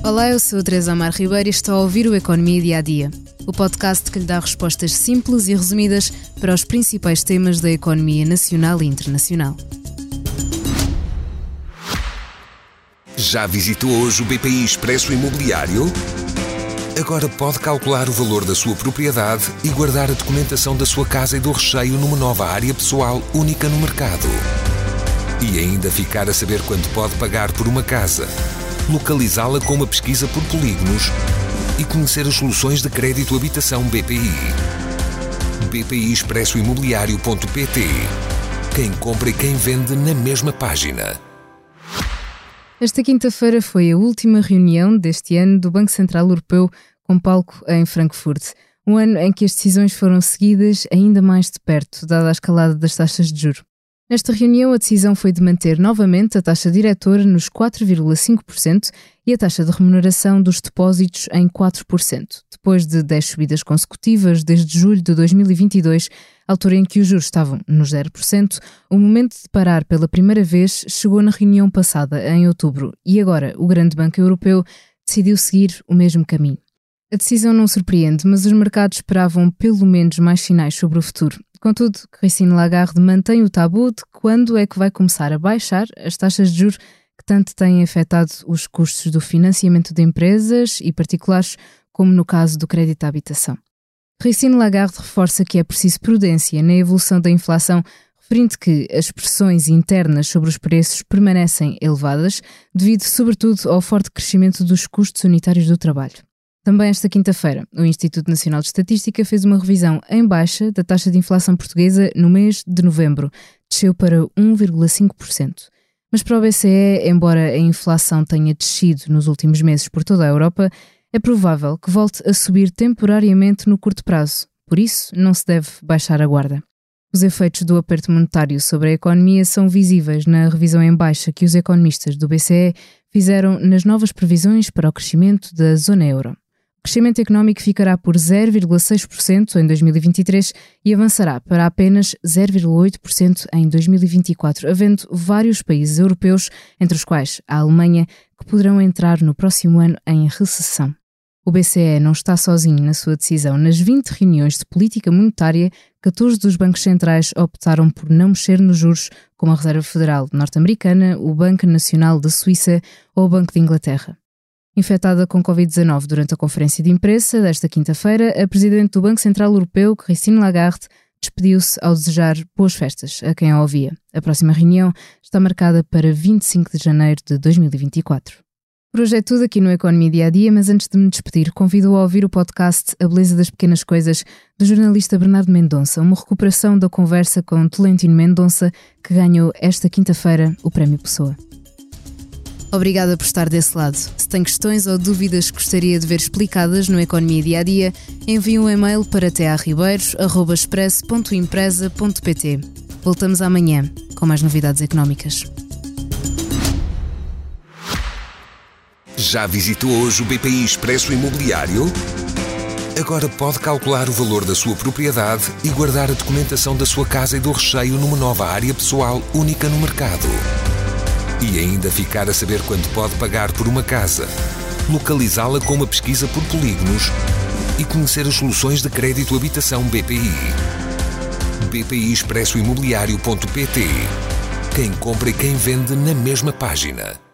Olá, eu sou a Teresa Amar Ribeiro e estou a ouvir o Economia Dia a Dia, o podcast que lhe dá respostas simples e resumidas para os principais temas da economia nacional e internacional. Já visitou hoje o BPI Expresso Imobiliário? Agora pode calcular o valor da sua propriedade e guardar a documentação da sua casa e do recheio numa nova área pessoal única no mercado. E ainda ficar a saber quanto pode pagar por uma casa, localizá-la com uma pesquisa por polígonos e conhecer as soluções de crédito habitação BPI. BPI Expresso Imobiliário.pt. Quem compra e quem vende na mesma página. Esta quinta-feira foi a última reunião deste ano do Banco Central Europeu com palco em Frankfurt. Um ano em que as decisões foram seguidas ainda mais de perto, dada a escalada das taxas de juros. Nesta reunião, a decisão foi de manter novamente a taxa diretora nos 4,5% e a taxa de remuneração dos depósitos em 4%, depois de 10 subidas consecutivas desde julho de 2022, altura em que os juros estavam nos 0%. O momento de parar pela primeira vez chegou na reunião passada, em outubro, e agora o grande banco europeu decidiu seguir o mesmo caminho. A decisão não surpreende, mas os mercados esperavam pelo menos mais sinais sobre o futuro. Contudo, Christine Lagarde mantém o tabu de quando é que vai começar a baixar as taxas de juros que tanto têm afetado os custos do financiamento de empresas e particulares, como no caso do crédito à habitação. Christine Lagarde reforça que é preciso prudência na evolução da inflação, referindo que as pressões internas sobre os preços permanecem elevadas, devido sobretudo ao forte crescimento dos custos unitários do trabalho. Também esta quinta-feira, o Instituto Nacional de Estatística fez uma revisão em baixa da taxa de inflação portuguesa no mês de novembro. Desceu para 1,5%. Mas para o BCE, embora a inflação tenha descido nos últimos meses por toda a Europa, é provável que volte a subir temporariamente no curto prazo. Por isso, não se deve baixar a guarda. Os efeitos do aperto monetário sobre a economia são visíveis na revisão em baixa que os economistas do BCE fizeram nas novas previsões para o crescimento da zona euro. O crescimento económico ficará por 0,6% em 2023 e avançará para apenas 0,8% em 2024, havendo vários países europeus, entre os quais a Alemanha, que poderão entrar no próximo ano em recessão. O BCE não está sozinho na sua decisão. Nas 20 reuniões de política monetária, 14 dos bancos centrais optaram por não mexer nos juros, como a Reserva Federal norte-americana, o Banco Nacional da Suíça ou o Banco de Inglaterra. Infectada com Covid-19 durante a conferência de imprensa desta quinta-feira, a Presidente do Banco Central Europeu, Christine Lagarde, despediu-se ao desejar boas festas a quem a ouvia. A próxima reunião está marcada para 25 de janeiro de 2024. Por hoje é tudo aqui no Economia Dia a Dia, mas antes de me despedir, convido-o a ouvir o podcast A Beleza das Pequenas Coisas, do jornalista Bernardo Mendonça, uma recuperação da conversa com Tolentino Mendonça, que ganhou esta quinta-feira o Prémio Pessoa. Obrigada por estar desse lado. Se tem questões ou dúvidas que gostaria de ver explicadas no Economia Dia a Dia, envie um e-mail para tearribeiros@expresso.empresa.pt. Voltamos amanhã com mais novidades económicas. Já visitou hoje o BPI Expresso Imobiliário? Agora pode calcular o valor da sua propriedade e guardar a documentação da sua casa e do recheio numa nova área pessoal única no mercado. E ainda ficar a saber quanto pode pagar por uma casa, localizá-la com uma pesquisa por polígonos e conhecer as soluções de crédito habitação BPI. BPI Expresso Imobiliário.pt. Quem compra e quem vende na mesma página.